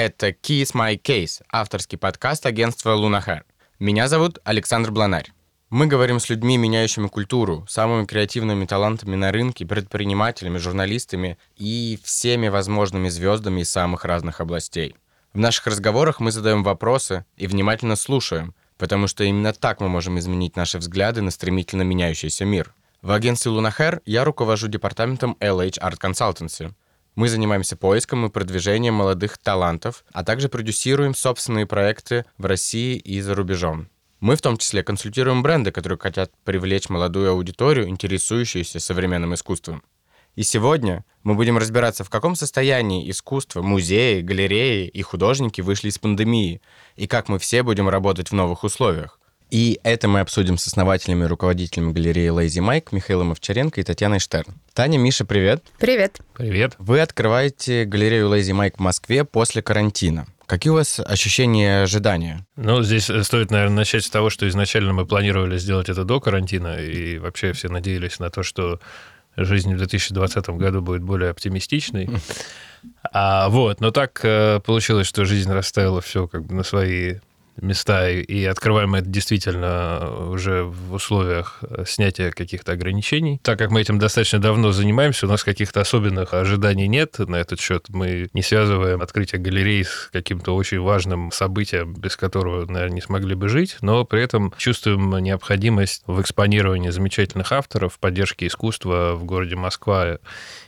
Это Kiss My Case, авторский подкаст агентства Lunahair. Меня зовут Александр Бланарь. Мы говорим с людьми, меняющими культуру, самыми креативными талантами на рынке, предпринимателями, журналистами и всеми возможными звездами из самых разных областей. В наших разговорах мы задаем вопросы и внимательно слушаем, потому что именно так мы можем изменить наши взгляды на стремительно меняющийся мир. В агентстве Lunahair я руковожу департаментом LH Art Consultancy. Мы занимаемся поиском и продвижением молодых талантов, а также продюсируем собственные проекты в России и за рубежом. Мы в том числе консультируем бренды, которые хотят привлечь молодую аудиторию, интересующуюся современным искусством. И сегодня мы будем разбираться, в каком состоянии искусство, музеи, галереи и художники вышли из пандемии, и как мы все будем работать в новых условиях. И это мы обсудим с основателями и руководителями галереи Lazy Mike Михаилом Овчаренко и Татьяной Штерн. Таня, Миша, привет. Привет. Привет. Вы открываете галерею Lazy Mike в Москве после карантина. Какие у вас ощущения и ожидания? Ну, здесь стоит, наверное, начать с того, что изначально мы планировали сделать это до карантина, и вообще все надеялись на то, что жизнь в 2020 году будет более оптимистичной. Но так получилось, что жизнь расставила все как бы на свои места, и открываем это действительно уже в условиях снятия каких-то ограничений. Так как мы этим достаточно давно занимаемся, у нас каких-то особенных ожиданий нет на этот счет. Мы не связываем открытие галерей с каким-то очень важным событием, без которого, наверное, не смогли бы жить, но при этом чувствуем необходимость в экспонировании замечательных авторов, в поддержке искусства в городе Москва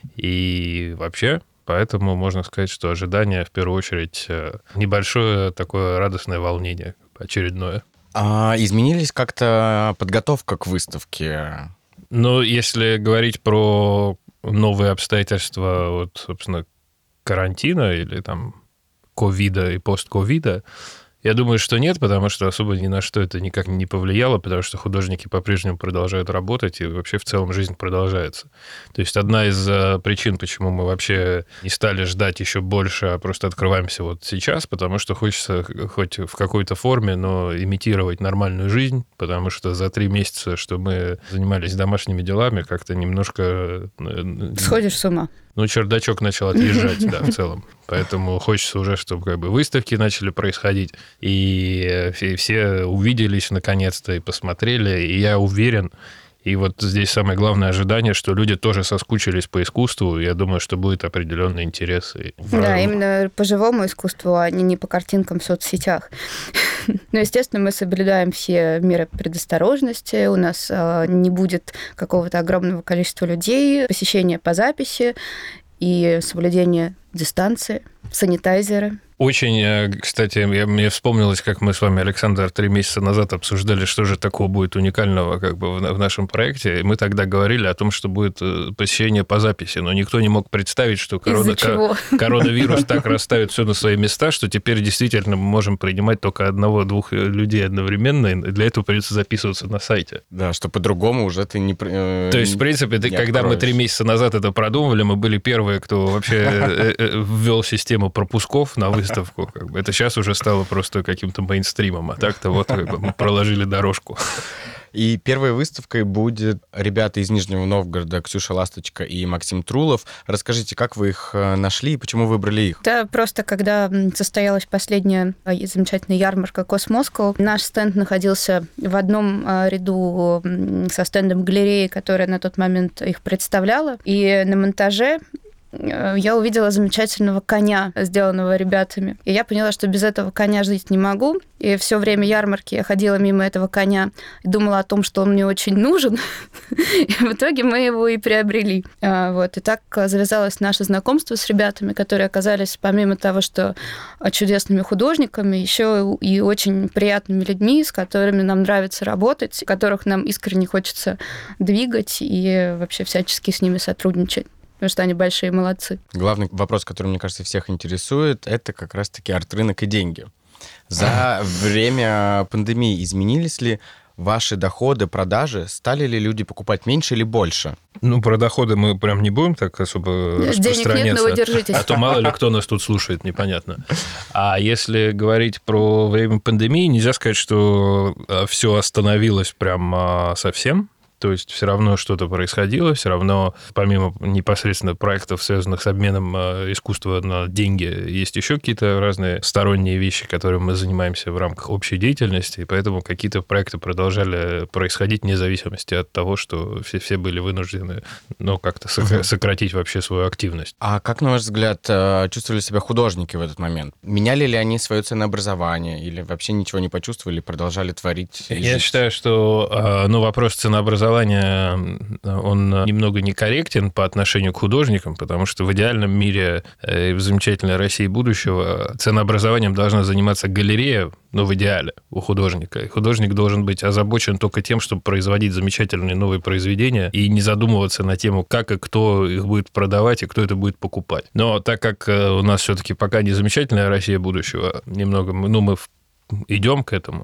и вообще. Поэтому можно сказать, что ожидание, в первую очередь, небольшое такое радостное волнение очередное. Изменились как-то подготовка к выставке? Ну, если говорить про новые обстоятельства, вот, собственно, карантина или там ковида и постковида, я думаю, что нет, потому что особо ни на что это никак не повлияло, потому что художники по-прежнему продолжают работать, и вообще в целом жизнь продолжается. То есть одна из причин, почему мы вообще не стали ждать еще больше, а просто открываемся вот сейчас, потому что хочется хоть в какой-то форме, но имитировать нормальную жизнь, потому что за 3 месяца, что мы занимались домашними делами, как-то немножко... Сходишь с ума. Ну, чердачок начал отъезжать, да, в целом. Поэтому хочется уже, чтобы как бы выставки начали происходить, и все увиделись наконец-то и посмотрели. И я уверен, и вот здесь самое главное ожидание, что люди тоже соскучились по искусству. Я думаю, что будет определенный интерес. Да, именно по живому искусству, а не по картинкам в соцсетях. Но, естественно, мы соблюдаем все меры предосторожности. У нас не будет какого-то огромного количества людей, посещения по записи и соблюдение дистанции, санитайзеры. Очень, кстати, мне вспомнилось, как мы с вами, Александр, 3 месяца назад обсуждали, что же такого будет уникального как бы в нашем проекте. И мы тогда говорили о том, что будет посещение по записи, но никто не мог представить, что коронавирус так расставит все на свои места, что теперь действительно мы можем принимать только 1-2 людей одновременно, и для этого придется записываться на сайте. Да, что по-другому уже ты не... То есть, в принципе, когда мы 3 месяца назад это продумывали, мы были первые, кто вообще ввел систему пропусков на выставку. Как бы. Это сейчас уже стало просто каким-то мейнстримом, а так-то вот как бы мы проложили дорожку. И первой выставкой будет ребята из Нижнего Новгорода, Ксюша Ласточка и Максим Трулов. Расскажите, как вы их нашли и почему выбрали их? Да, просто когда состоялась последняя замечательная ярмарка Космоскоу, наш стенд находился в одном ряду со стендом галереи, которая на тот момент их представляла. И на монтаже я увидела замечательного коня, сделанного ребятами. И я поняла, что без этого коня жить не могу. И все время ярмарки я ходила мимо этого коня и думала о том, что он мне очень нужен. И в итоге мы его и приобрели. И так завязалось наше знакомство с ребятами, которые оказались, помимо того, что чудесными художниками, еще и очень приятными людьми, с которыми нам нравится работать, которых нам искренне хочется двигать и вообще всячески с ними сотрудничать. Потому что они большие молодцы. Главный вопрос, который, мне кажется, всех интересует, это как раз-таки арт-рынок и деньги. За время пандемии изменились ли ваши доходы, продажи? Стали ли люди покупать меньше или больше? Ну, про доходы мы прям не будем так особо распространяться. Денег нет, но вы держитесь. А то мало ли кто нас тут слушает, непонятно. А если говорить про время пандемии, нельзя сказать, что все остановилось прям совсем. То есть все равно что-то происходило, все равно помимо непосредственно проектов, связанных с обменом искусства на деньги, есть еще какие-то разные сторонние вещи, которыми мы занимаемся в рамках общей деятельности, и поэтому какие-то проекты продолжали происходить вне зависимости от того, что все были вынуждены, как-то сократить вообще свою активность. А как, на ваш взгляд, чувствовали себя художники в этот момент? Меняли ли они свое ценообразование или вообще ничего не почувствовали, продолжали творить? Я считаю, что вопрос ценообразования, он немного некорректен по отношению к художникам, потому что в идеальном мире, в замечательной России будущего, ценообразованием должна заниматься галерея, в идеале у художника. И художник должен быть озабочен только тем, чтобы производить замечательные новые произведения и не задумываться на тему, как и кто их будет продавать и кто это будет покупать. Но так как у нас все-таки пока не замечательная Россия будущего, немного, мы идем к этому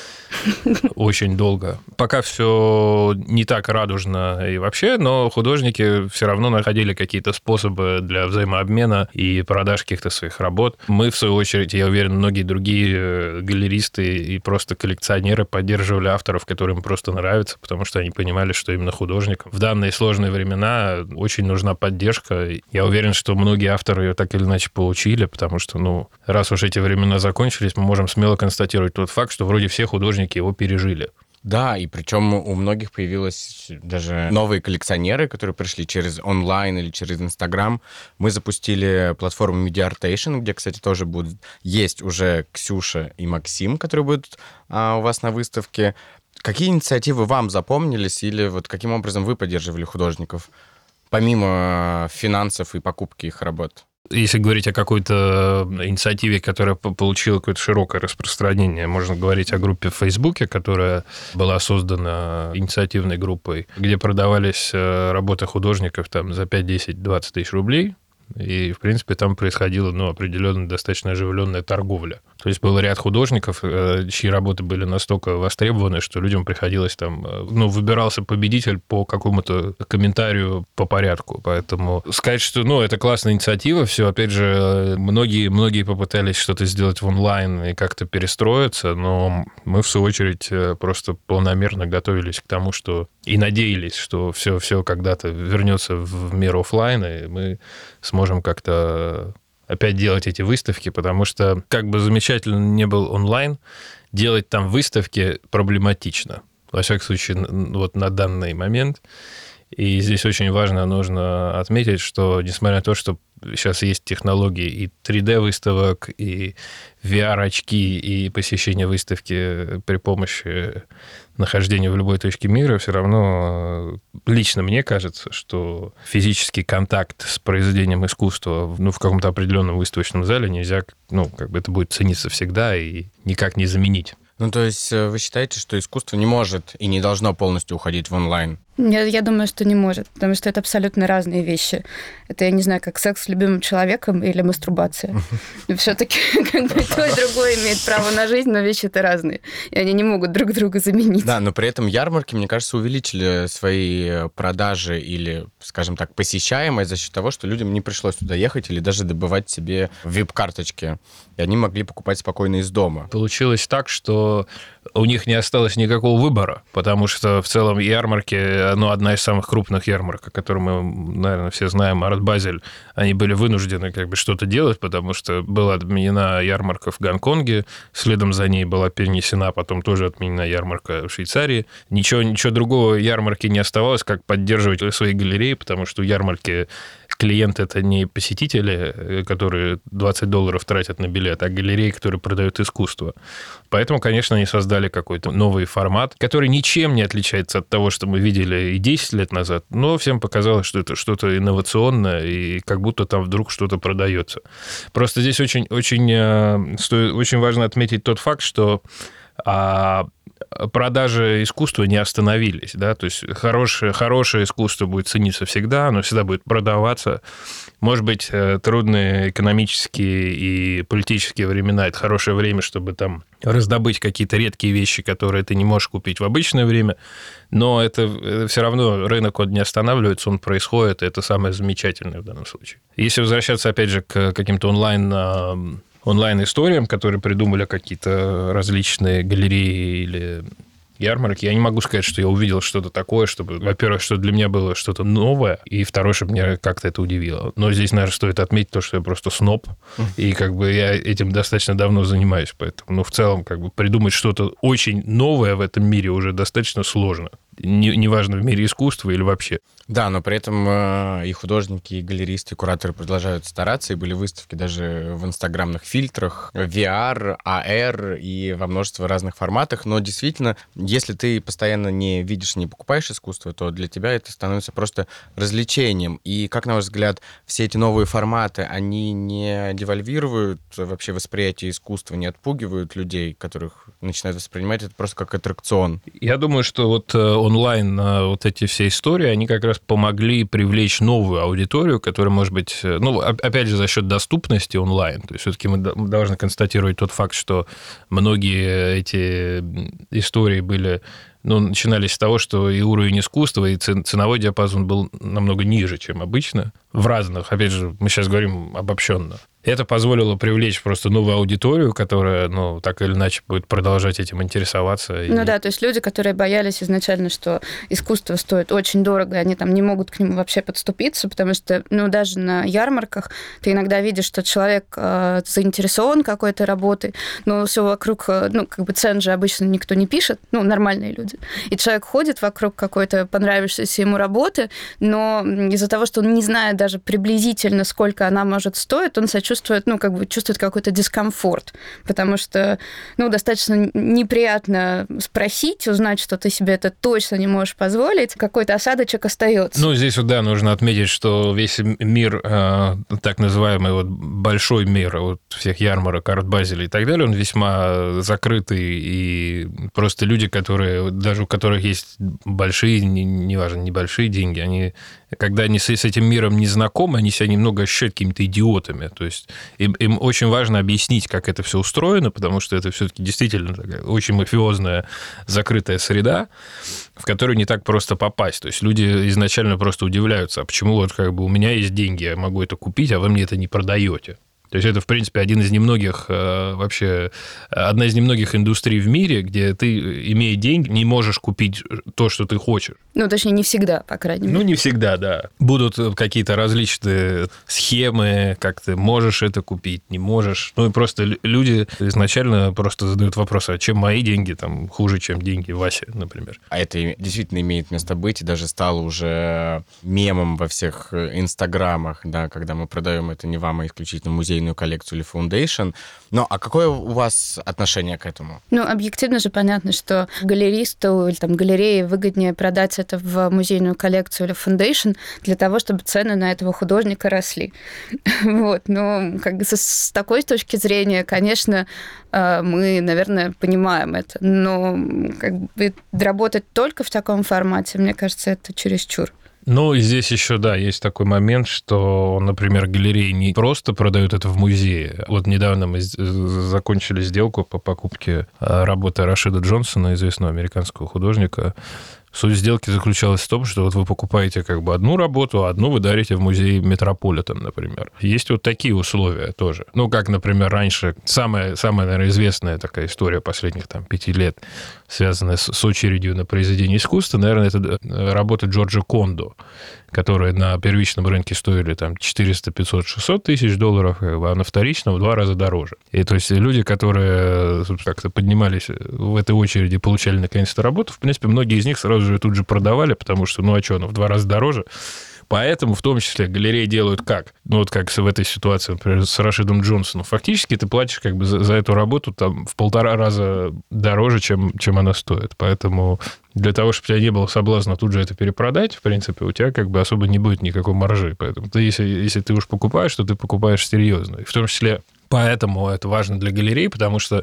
очень долго. Пока все не так радужно и вообще, но художники все равно находили какие-то способы для взаимообмена и продаж каких-то своих работ. Мы, в свою очередь, я уверен, многие другие галеристы и просто коллекционеры поддерживали авторов, которым просто нравится, потому что они понимали, что именно художникам в данные сложные времена очень нужна поддержка. Я уверен, что многие авторы ее так или иначе получили, потому что, раз уж эти времена закончились, мы можем смело констатировать тот факт, что вроде все художники его пережили. Да, и причем у многих появилось даже новые коллекционеры, которые пришли через онлайн или через Инстаграм. Мы запустили платформу Mediartation, где, кстати, тоже есть уже Ксюша и Максим, которые будут у вас на выставке. Какие инициативы вам запомнились или каким образом вы поддерживали художников, помимо финансов и покупки их работ? Если говорить о какой-то инициативе, которая получила какое-то широкое распространение, можно говорить о группе в Фейсбуке, которая была создана инициативной группой, где продавались работы художников там за 5, 10, 20 тысяч рублей. И, в принципе, там происходила, определенная достаточно оживленная торговля. То есть был ряд художников, чьи работы были настолько востребованы, что людям приходилось там... выбирался победитель по какому-то комментарию по порядку. Поэтому сказать, что, это классная инициатива, все, опять же, многие попытались что-то сделать в онлайн и как-то перестроиться, но мы, в свою очередь, просто планомерно готовились к тому, что... И надеялись, что все когда-то вернется в мир офлайна, и мы сможем как-то опять делать эти выставки, потому что, как бы замечательно не был онлайн, делать там выставки проблематично. Во всяком случае, на данный момент. И здесь очень нужно отметить, что, несмотря на то, что сейчас есть технологии и 3D-выставок, и VR-очки, и посещение выставки при помощи нахождения в любой точке мира, все равно лично мне кажется, что физический контакт с произведением искусства в каком-то определенном выставочном зале нельзя, это будет цениться всегда и никак не заменить. То есть вы считаете, что искусство не может и не должно полностью уходить в онлайн? Я думаю, что не может, потому что это абсолютно разные вещи. Это, я не знаю, как секс с любимым человеком или мастурбация. Все-таки то и другое имеет право на жизнь, но вещи-то разные, и они не могут друг друга заменить. Да, но при этом ярмарки, мне кажется, увеличили свои продажи или, скажем так, посещаемость за счет того, что людям не пришлось туда ехать или даже добывать себе вип-карточки, и они могли покупать спокойно из дома. Получилось так, что у них не осталось никакого выбора, потому что в целом ярмарки, одна из самых крупных ярмарок, о которой мы, наверное, все знаем, Арт-Базель, они были вынуждены что-то делать, потому что была отменена ярмарка в Гонконге, следом за ней была перенесена, потом тоже отменена ярмарка в Швейцарии. Ничего другого ярмарки не оставалось, как поддерживать свои галереи, потому что у ярмарки клиенты — это не посетители, которые $20 тратят на билет, а галереи, которые продают искусство. Поэтому, конечно, они создали какой-то новый формат, который ничем не отличается от того, что мы видели и 10 лет назад, но всем показалось, что это что-то инновационное, и как будто там вдруг что-то продается. Просто здесь очень важно отметить тот факт, что продажи искусства не остановились, да, то есть хорошее искусство будет цениться всегда, оно всегда будет продаваться. Может быть, трудные экономические и политические времена — это хорошее время, чтобы там раздобыть какие-то редкие вещи, которые ты не можешь купить в обычное время, но это все равно рынок, он не останавливается, он происходит, и это самое замечательное в данном случае. Если возвращаться, опять же, к каким-то онлайн-историям, которые придумали какие-то различные галереи или ярмарок, я не могу сказать, что я увидел что-то такое, чтобы, во-первых, что для меня было что-то новое, и второе, чтобы меня как-то это удивило. Но здесь, наверное, стоит отметить то, что я просто сноб, и как бы я этим достаточно давно занимаюсь, поэтому, ну, в целом, как бы придумать что-то очень новое в этом мире уже достаточно сложно. Неважно, в мире искусства или вообще. Да, но при этом и художники, и галеристы, и кураторы продолжают стараться, и были выставки даже в инстаграмных фильтрах, VR, AR и во множестве разных форматах. Но действительно, если ты постоянно не видишь, не покупаешь искусство, то для тебя это становится просто развлечением. И, как на ваш взгляд, все эти новые форматы, они не девальвируют вообще восприятие искусства, не отпугивают людей, которых начинают воспринимать это просто как аттракцион? Я думаю, что вот онлайн вот эти все истории, они как раз помогли привлечь новую аудиторию, которая, может быть, ну, опять же, за счет доступности онлайн. То есть все-таки мы должны констатировать тот факт, что многие эти истории были... Ну, начинались с того, что и уровень искусства, и ценовой диапазон был намного ниже, чем обычно. В разных, опять же, мы сейчас говорим обобщенно. Это позволило привлечь просто новую аудиторию, которая, ну, так или иначе будет продолжать этим интересоваться. Ну да, то есть люди, которые боялись изначально, что искусство стоит очень дорого, и они там не могут к нему вообще подступиться, потому что, ну, даже на ярмарках ты иногда видишь, что человек заинтересован какой-то работой, но все вокруг, ну, как бы цен же обычно никто не пишет, ну, нормальные люди. И человек ходит вокруг какой-то понравившейся ему работы, но из-за того, что он не знает даже приблизительно, сколько она может стоить, он себя чувствует, ну, как бы чувствует какой-то дискомфорт, потому что, ну, достаточно неприятно спросить, узнать, что ты себе это точно не можешь позволить, какой-то осадочек остается. Ну, здесь вот, да, нужно отметить, что весь мир, так называемый вот большой мир вот всех ярмарок, арт-базелей и так далее, он весьма закрытый, и просто люди, которые, даже у которых есть большие, неважно, небольшие деньги, они, когда они с этим миром не знакомы, они себя немного ощущают какими-то идиотами. То есть им очень важно объяснить, как это все устроено, потому что это все-таки действительно такая очень мафиозная закрытая среда, в которую не так просто попасть. То есть люди изначально просто удивляются, а почему вот как бы у меня есть деньги, я могу это купить, а вы мне это не продаете. То есть это, в принципе, одна из немногих индустрий в мире, где ты, имея деньги, не можешь купить то, что ты хочешь. Ну, точнее, не всегда, по крайней мере. Ну, не всегда, да. Будут какие-то различные схемы, как ты можешь это купить, не можешь. Ну, и просто люди изначально просто задают вопрос, а чем мои деньги там хуже, чем деньги Васи, например. А это действительно имеет место быть, и даже стало уже мемом во всех инстаграмах, да, когда мы продаем это не вам, а исключительно музейную коллекцию или foundation. Ну, а какое у вас отношение к этому? Ну, объективно же понятно, что галеристу или там галерее выгоднее продать это в музейную коллекцию или foundation для того, чтобы цены на этого художника росли. Вот. Но как бы с такой точки зрения, конечно, мы, наверное, понимаем это. Но как бы работать только в таком формате, мне кажется, это чересчур. Ну, и здесь еще, да, есть такой момент, что, например, галереи не просто продают это в музее. Вот недавно мы закончили сделку по покупке работы Рашида Джонсона, известного американского художника. Суть сделки заключалась в том, что вот вы покупаете как бы одну работу, а одну вы дарите в музей Метрополитен, например. Есть вот такие условия тоже. Ну, как, например, раньше, самая, наверное, известная такая история последних там 5 лет, связанная с очередью на произведение искусства, наверное, это работа Джорджа Кондо, которые на первичном рынке стоили там 400, 500, 600 тысяч долларов, а на вторичном в 2 раза дороже. И то есть люди, которые как-то поднимались в этой очереди, получали наконец-то работу, в принципе, многие из них сразу же тут же продавали, потому что, ну а что, ну в 2 раза дороже. Поэтому, в том числе, галереи делают как? Ну, вот как в этой ситуации, например, с Рашидом Джонсоном. Фактически ты платишь как бы за эту работу там в 1,5 раза дороже, чем она стоит. Поэтому для того, чтобы у тебя не было соблазна тут же это перепродать, в принципе, у тебя как бы особо не будет никакой маржи. Поэтому ты, если ты уж покупаешь, то ты покупаешь серьезно. И в том числе поэтому это важно для галерей, потому что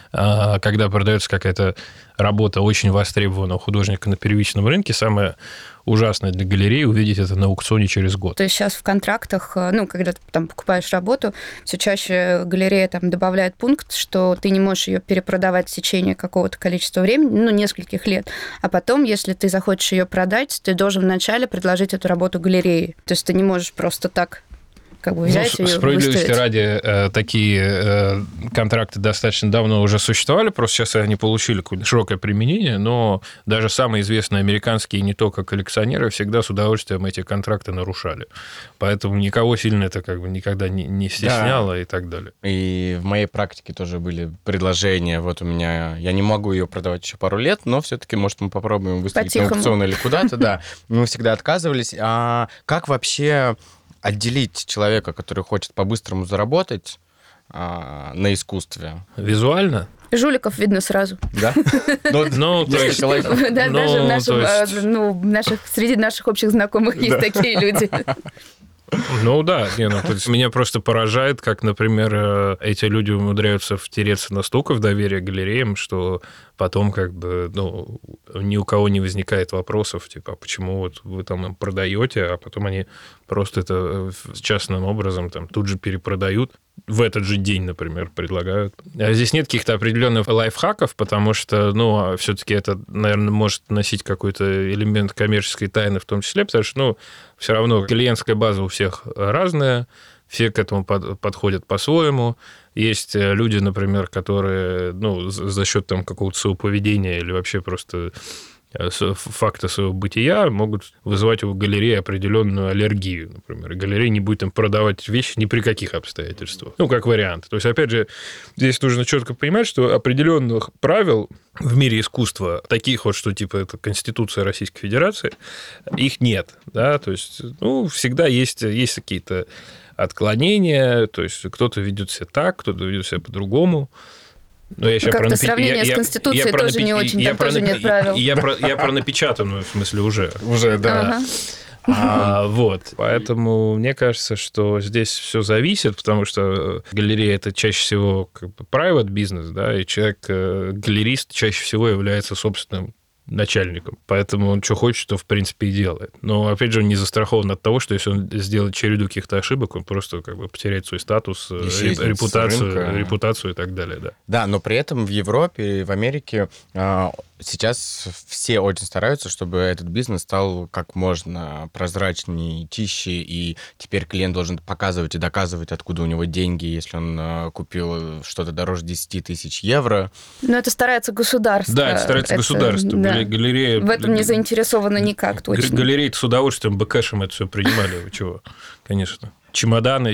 когда продается какая-то работа очень востребованного художника на первичном рынке, самое ужасное для галереи увидеть это на аукционе через год. То есть сейчас в контрактах, ну, когда ты там покупаешь работу, все чаще галерея там добавляет пункт, что ты не можешь ее перепродавать в течение какого-то количества времени, ну, нескольких лет, а потом, если ты захочешь ее продать, ты должен вначале предложить эту работу галерее. То есть ты не можешь просто так как бы взять и справедливости выставить. ради, такие контракты достаточно давно уже существовали, просто сейчас они получили какое-то широкое применение, но даже самые известные американские, не только коллекционеры, всегда с удовольствием эти контракты нарушали. Поэтому никого сильно это как бы никогда не стесняло и так далее. И в моей практике тоже были предложения. Вот у меня... Я не могу ее продавать еще пару лет, но все-таки, может, мы попробуем выставить на аукцион или куда-то, да. Мы всегда отказывались. А как вообще отделить человека, который хочет по-быстрому заработать на искусстве? Визуально? Жуликов видно сразу. Да? Ну, то есть... Да, даже среди наших общих знакомых есть такие люди. Ну да, то есть меня просто поражает, как, например, эти люди умудряются втереться настолько в доверие к галереям, что потом как бы ни у кого не возникает вопросов, типа, а почему вот вы там им продаете, а потом они просто это частным образом там тут же перепродают, в этот же день, например, предлагают. А здесь нет каких-то определенных лайфхаков, потому что, все-таки это, наверное, может носить какой-то элемент коммерческой тайны в том числе, потому что, все равно клиентская база у всех разная, все к этому подходят по-своему. Есть люди, например, которые, за счет там какого-то своего поведения или вообще просто факта своего бытия могут вызывать у галереи определенную аллергию, например. И галерея не будет им продавать вещи ни при каких обстоятельствах. Как вариант. То есть, опять же, здесь нужно четко понимать, что определенных правил в мире искусства, таких вот, что типа это Конституция Российской Федерации, их нет. Да? То есть, всегда есть какие-то отклонения, то есть кто-то ведет себя так, кто-то ведет себя по-другому. Но я как-то сравнение с Конституцией тоже не очень, там тоже нет правил. Я про напечатанную, в смысле, уже. Уже, да. Вот. Поэтому мне кажется, что здесь все зависит, потому что галерея – это чаще всего как бы private бизнес, да, и галерист чаще всего является собственным начальником. Поэтому он что хочет, то в принципе и делает. Но, опять же, он не застрахован от того, что если он сделает череду каких-то ошибок, он просто как бы потеряет свой статус, репутацию и так далее. Да. Да, но при этом в Европе и в Америке сейчас все очень стараются, чтобы этот бизнес стал как можно прозрачнее, чище, и теперь клиент должен показывать и доказывать, откуда у него деньги, если он купил что-то дороже 10 тысяч евро. Но это старается государство. Да, это старается государство. Да. Галерея... В этом не заинтересована никак, точно. Галереи с удовольствием бэкэшем это все принимали. Вы чего? Конечно. Чемоданы.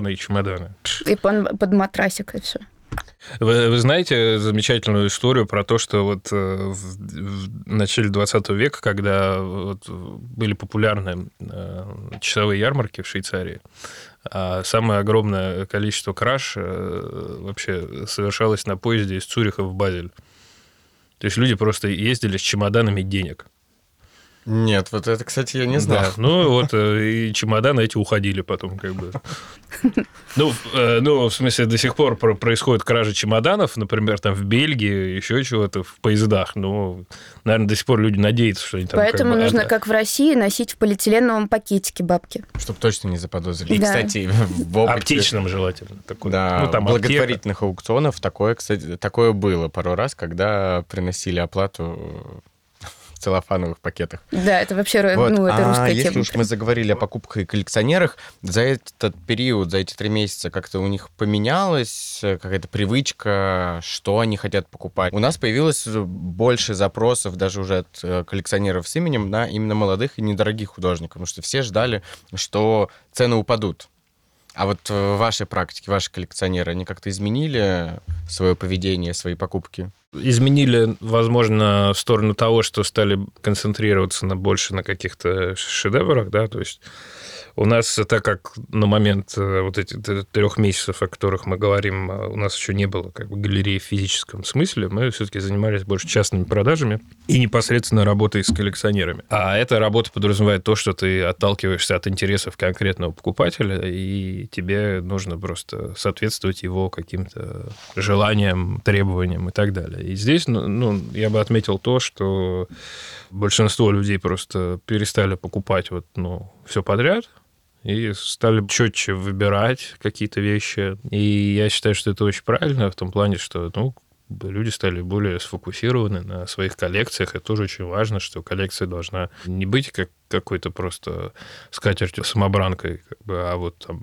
И под матрасик, и все. Вы знаете замечательную историю про то, что вот в начале 20 века, когда были популярны часовые ярмарки в Швейцарии, самое огромное количество краж вообще совершалось на поезде из Цюриха в Базель. То есть люди просто ездили с чемоданами денег. Нет, вот это, кстати, я не знаю. Да, и чемоданы эти уходили потом, как бы. В смысле, до сих пор происходят кражи чемоданов, например, там в Бельгии, еще чего-то, в поездах. Наверное, до сих пор люди надеются, что они там... Поэтому нужно, как в России, носить в полиэтиленовом пакетике бабки. Чтобы точно не заподозрили. И, Да. кстати, в опыте... Аптечном желательно. Такой. Да, Там благотворительных аукционов такое было пару раз, когда приносили оплату в целлофановых пакетах. Да, это вообще это русская если тема. уж мы заговорили о покупках и коллекционерах, за этот период, за эти 3 месяца как-то у них поменялась какая-то привычка, что они хотят покупать. У нас появилось больше запросов даже уже от коллекционеров с именем на именно молодых и недорогих художников, потому что все ждали, что цены упадут. А вот в вашей практике, ваши коллекционеры, они как-то изменили свое поведение, свои покупки? Изменили, возможно, в сторону того, что стали концентрироваться больше на каких-то шедеврах, да, то есть у нас, так как на момент вот этих 3 месяцев, о которых мы говорим, у нас еще не было как бы галереи в физическом смысле, мы все-таки занимались больше частными продажами и непосредственно работой с коллекционерами. А эта работа подразумевает то, что ты отталкиваешься от интересов конкретного покупателя, и тебе нужно просто соответствовать его каким-то желаниям, требованиям и так далее. И здесь, я бы отметил то, что большинство людей просто перестали покупать все подряд, и стали четче выбирать какие-то вещи. И я считаю, что это очень правильно в том плане, что люди стали более сфокусированы на своих коллекциях. Это тоже очень важно, что коллекция должна не быть как какой-то просто скатертью-самобранкой, а вот там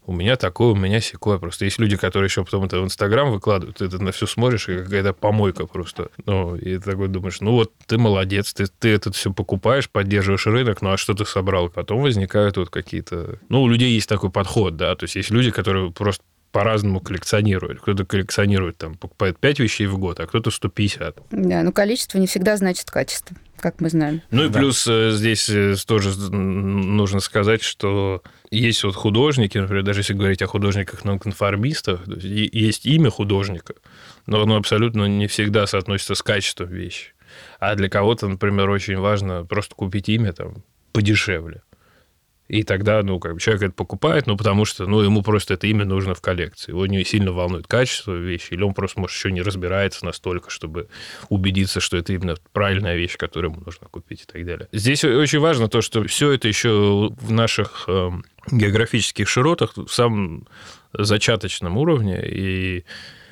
у меня такое, у меня сякое. Просто есть люди, которые еще потом это в Инстаграм выкладывают, ты это на все смотришь, и какая-то помойка просто. Ну, и ты такой думаешь, ну вот ты молодец, ты это все покупаешь, поддерживаешь рынок, ну а что ты собрал? Потом возникают вот какие-то... Ну, у людей есть такой подход, да, то есть есть люди, которые просто по-разному коллекционируют. Кто-то коллекционирует, там, покупает 5 вещей в год, а кто-то 150. Да, но количество не всегда значит качество, как мы знаем. Ну и плюс здесь тоже нужно сказать, что есть вот художники, например, даже если говорить о художниках-нонконформистах, есть имя художника, но оно абсолютно не всегда соотносится с качеством вещи. А для кого-то, например, очень важно просто купить имя там подешевле. И тогда, ну, как бы человек это покупает, ну, потому что, ну, ему просто это имя нужно в коллекции. Его не сильно волнует качество вещи, или он просто, может, еще не разбирается настолько, чтобы убедиться, что это именно правильная вещь, которую ему нужно купить и так далее. Здесь очень важно то, что все это еще в наших географических широтах в самом зачаточном уровне, и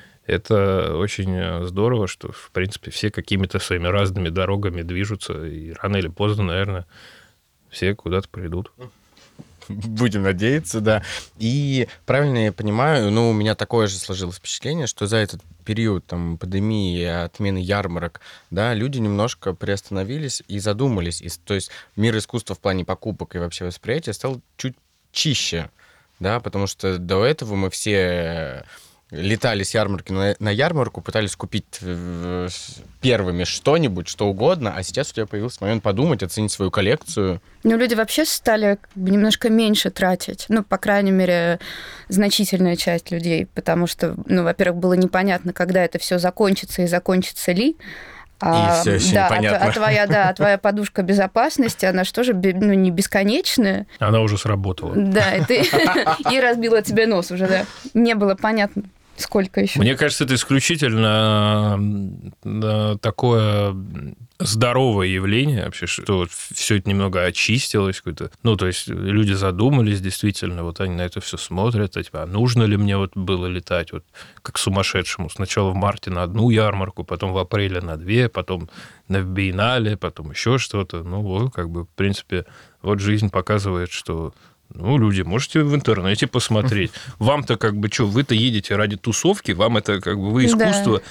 это очень здорово, что, в принципе, все какими-то своими разными дорогами движутся, и рано или поздно, наверное, все куда-то придут. Будем надеяться, да. И правильно я понимаю, ну, у меня такое же сложилось впечатление, что за этот период там, пандемии, отмены ярмарок, да, люди немножко приостановились и задумались. То есть мир искусства в плане покупок и вообще восприятия стал чуть чище, да, потому что до этого мы все летали с ярмарки на ярмарку, пытались купить первыми что-нибудь, что угодно, а сейчас у тебя появился момент подумать, оценить свою коллекцию. Ну, люди вообще стали немножко меньше тратить. Ну, по крайней мере, значительная часть людей, потому что, ну, во-первых, было непонятно, когда это все закончится и закончится ли. И все еще да, непонятно. Твоя подушка безопасности, она что же, ну, не бесконечная. Она уже сработала. Да, и разбила тебе нос уже, да. Не было понятно, сколько еще. Мне кажется, это исключительно такое здоровое явление вообще, что все это немного очистилось какое-то. Ну, то есть люди задумались действительно, вот они на это все смотрят, типа, а нужно ли мне вот было летать вот как сумасшедшему? Сначала в марте на одну ярмарку, потом в апреле на 2, потом на биеннале, потом еще что-то. Ну, вот, как бы, в принципе, вот жизнь показывает, что... Ну, люди, можете в интернете посмотреть. Вам-то как бы что, вы-то едете ради тусовки, вам это как бы вы искусство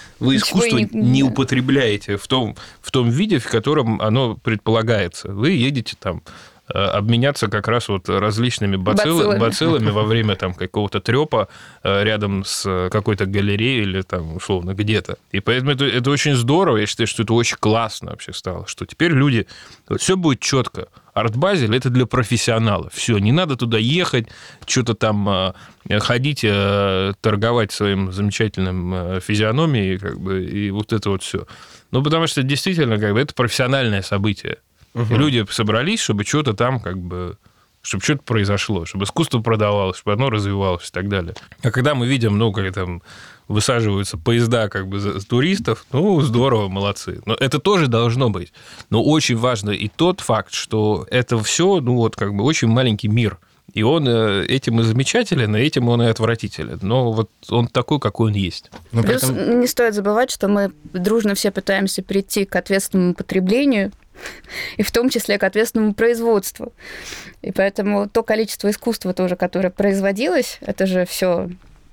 не употребляете в том виде, в котором оно предполагается. Вы едете там обменяться как раз вот различными бациллами во время там какого-то трёпа рядом с какой-то галереей или там условно где-то. И поэтому это очень здорово, я считаю, что это очень классно вообще стало, что теперь люди, вот все будет четко. Арт-Базель – это для профессионалов. Все, не надо туда ехать, что-то там ходить, торговать своим замечательным физиономией, как бы, и вот это вот все. Ну, потому что действительно, как бы, это профессиональное событие. Угу. Люди собрались, чтобы что-то там, как бы, чтобы что-то произошло, чтобы искусство продавалось, чтобы оно развивалось и так далее. А когда мы видим, ну, как там высаживаются поезда как бы за туристов, ну, здорово, молодцы. Но это тоже должно быть. Но очень важно и тот факт, что это все, ну, вот как бы очень маленький мир. И он этим и замечателен, и этим он и отвратителен. Но вот он такой, какой он есть. Плюс не стоит забывать, что мы дружно все пытаемся прийти к ответственному потреблению, и в том числе к ответственному производству. И поэтому то количество искусства тоже, которое производилось, это же все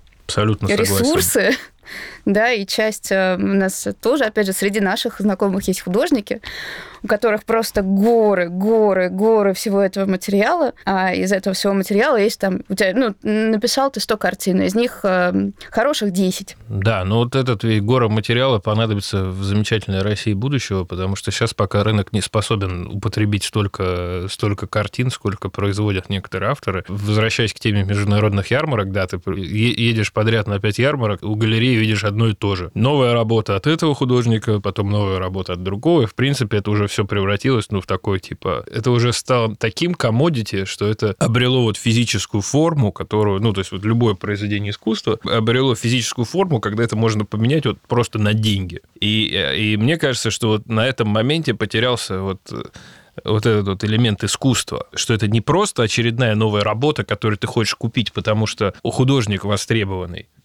ресурсы. Да, и часть у нас тоже, опять же, среди наших знакомых есть художники, у которых просто горы всего этого материала, а из этого всего материала есть там... У тебя, ну, написал ты 100 картин, из них хороших 10. Да, но вот этот гора материала понадобится в замечательной России будущего, потому что сейчас пока рынок не способен употребить столько картин, сколько производят некоторые авторы. Возвращаясь к теме международных ярмарок, да, ты едешь подряд на 5 ярмарок, у галереи видишь одно и то же. Новая работа от этого художника, потом новая работа от другого, и, в принципе, это уже все превратилось, ну, в такой, типа... Это уже стало таким коммодити, что это обрело вот физическую форму, которую... Ну, то есть вот любое произведение искусства обрело физическую форму, когда это можно поменять вот просто на деньги. И мне кажется, что вот на этом моменте потерялся вот этот вот элемент искусства, что это не просто очередная новая работа, которую ты хочешь купить, потому что художник востребованный.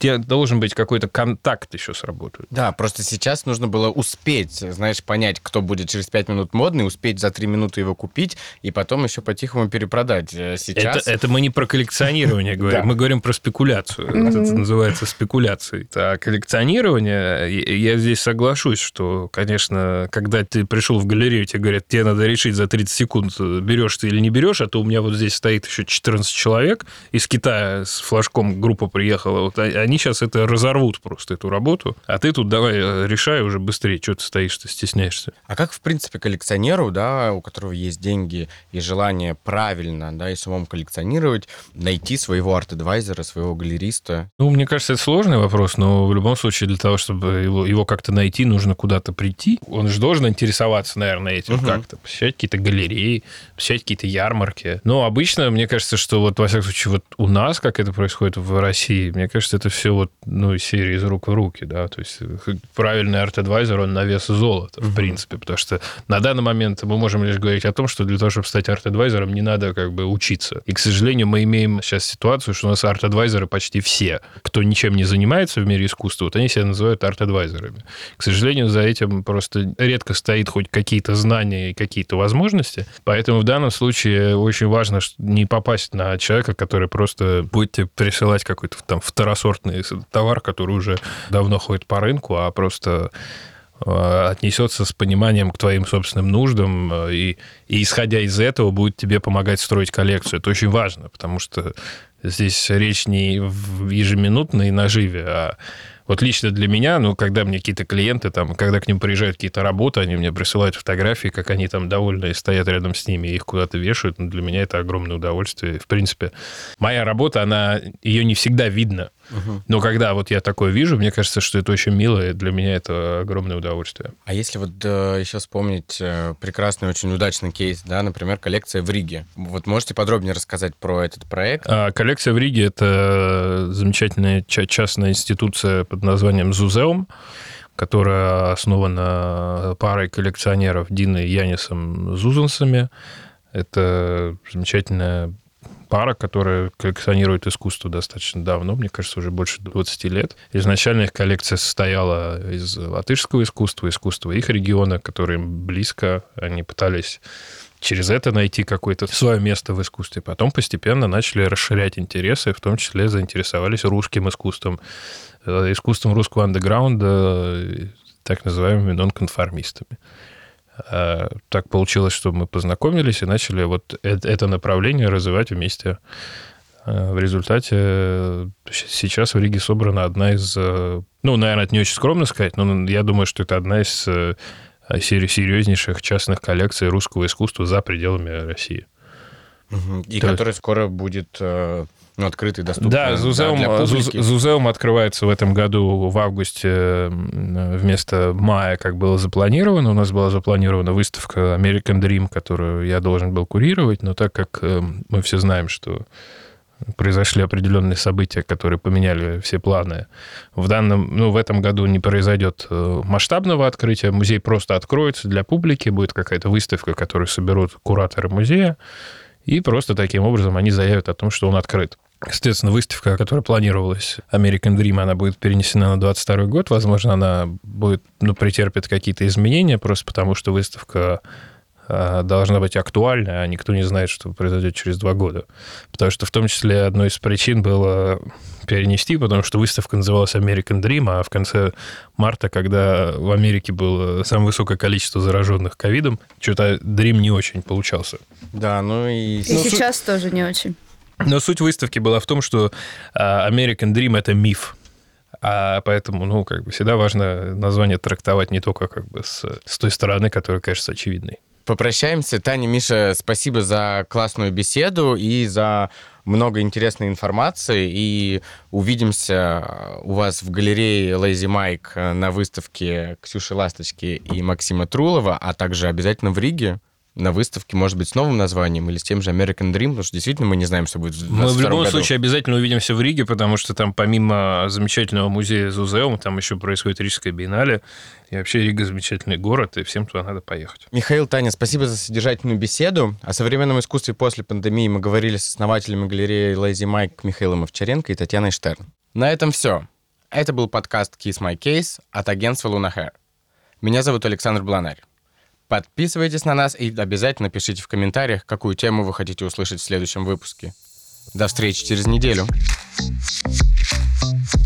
тебе должен быть какой-то контакт еще с работой. Да, просто сейчас нужно было успеть, знаешь, понять, кто будет через 5 минут модный, успеть за 3 минуты его купить и потом еще по-тихому перепродать. Сейчас... Это мы не про коллекционирование говорим, мы говорим про спекуляцию. Это называется спекуляцией. А коллекционирование, я здесь соглашусь, что, конечно, когда ты пришел в галерею, тебе говорят, тебе надо решить за 30 секунд, берешь ты или не берешь, а то у меня вот здесь стоит еще 14 человек из Китая с флажком, группа приехала, вот они сейчас это разорвут просто, эту работу, а ты тут давай решай уже быстрее, что ты стоишь, ты стесняешься. А как, в принципе, коллекционеру, да, у которого есть деньги и желание правильно, да, и с умом коллекционировать, найти своего арт-эдвайзера, своего галериста? Ну, мне кажется, это сложный вопрос, но в любом случае для того, чтобы его как-то найти, нужно куда-то прийти. Он же должен интересоваться, наверное, этим как-то, посещать какие-то галереи, посещать какие-то ярмарки. Но обычно, мне кажется, что вот, во всяком случае, вот у нас, как это происходит в России, мне кажется, это все вот, ну, из серии из рук в руки, да, то есть правильный арт-эдвайзер, он на вес золота, в принципе, потому что на данный момент мы можем лишь говорить о том, что для того, чтобы стать арт-эдвайзером, не надо как бы учиться. И, к сожалению, мы имеем сейчас ситуацию, что у нас арт-эдвайзеры почти все, кто ничем не занимается в мире искусства, вот они себя называют арт-эдвайзерами. К сожалению, за этим просто редко стоит хоть какие-то знания и какие-то возможности, поэтому в данном случае очень важно не попасть на человека, который просто будет тебе присылать какой-то там второсортный товар, который уже давно ходит по рынку, а просто отнесется с пониманием к твоим собственным нуждам и исходя из этого, будет тебе помогать строить коллекцию. Это очень важно, потому что здесь речь не в ежеминутной наживе, а вот лично для меня, ну, когда мне какие-то клиенты, там, когда к ним приезжают какие-то работы, они мне присылают фотографии, как они там довольны стоят рядом с ними, и их куда-то вешают, ну, для меня это огромное удовольствие. В принципе, моя работа, ее не всегда видно. Но когда вот я такое вижу, мне кажется, что это очень мило, и для меня это огромное удовольствие. А если вот еще вспомнить прекрасный, очень удачный кейс, да, например, коллекция в Риге. Вот можете подробнее рассказать про этот проект? Коллекция в Риге — это замечательная частная институция под названием «Зузеум», которая основана парой коллекционеров Диной и Янисом Зузансами. Это замечательная пара, которая коллекционирует искусство достаточно давно, мне кажется, уже больше 20 лет. Изначально их коллекция состояла из латышского искусства их региона, которое им близко. Они пытались через это найти какое-то свое место в искусстве. Потом постепенно начали расширять интересы, в том числе заинтересовались русским искусством русского андеграунда, так называемыми нонконформистами. Так получилось, что мы познакомились и начали вот это направление развивать вместе. В результате сейчас в Риге собрана одна из... Ну, наверное, это не очень скромно сказать, но я думаю, что это одна из серьезнейших частных коллекций русского искусства за пределами России. И которая скоро будет открыта и доступна для публики. Зузеум открывается в этом году в августе вместо мая, как было запланировано. У нас была запланирована выставка American Dream, которую я должен был курировать, но так как мы все знаем, что произошли определенные события, которые поменяли все планы. В этом году не произойдет масштабного открытия. Музей просто откроется для публики, будет какая-то выставка, которую соберут кураторы музея, и просто таким образом они заявят о том, что он открыт. Естественно, выставка, которая планировалась, American Dream, она будет перенесена на 2022 год. Возможно, она претерпит какие-то изменения, просто потому что выставка должна быть актуальна, а никто не знает, что произойдет через 2 года. Потому что в том числе одной из причин было перенести, потому что выставка называлась American Dream, а в конце марта, когда в Америке было самое высокое количество зараженных ковидом, что-то Dream не очень получался. Да, и сейчас тоже не очень. Но суть выставки была в том, что American Dream — это миф. А поэтому, всегда важно название трактовать не только с той стороны, которая кажется очевидной. Попрощаемся. Таня, Миша, спасибо за классную беседу и за много интересной информации. И увидимся у вас в галерее Lazy Mike на выставке Ксюши Ласточки и Максима Трулова, а также обязательно в Риге на выставке, может быть, с новым названием или с тем же American Dream, потому что действительно мы не знаем, что будет в 2022 году. Мы в любом случае обязательно увидимся в Риге, потому что там помимо замечательного музея Зузеум, там еще происходит Рижская биеннале. И вообще Рига замечательный город, и всем туда надо поехать. Михаил, Таня, спасибо за содержательную беседу. О современном искусстве после пандемии мы говорили с основателями галереи Lazy Mike Михаилом Овчаренко и Татьяной Штерн. На этом все. Это был подкаст Kiss My Case от агентства Luna Hair. Меня зовут Александр Бланарь. Подписывайтесь на нас и обязательно пишите в комментариях, какую тему вы хотите услышать в следующем выпуске. До встречи через неделю.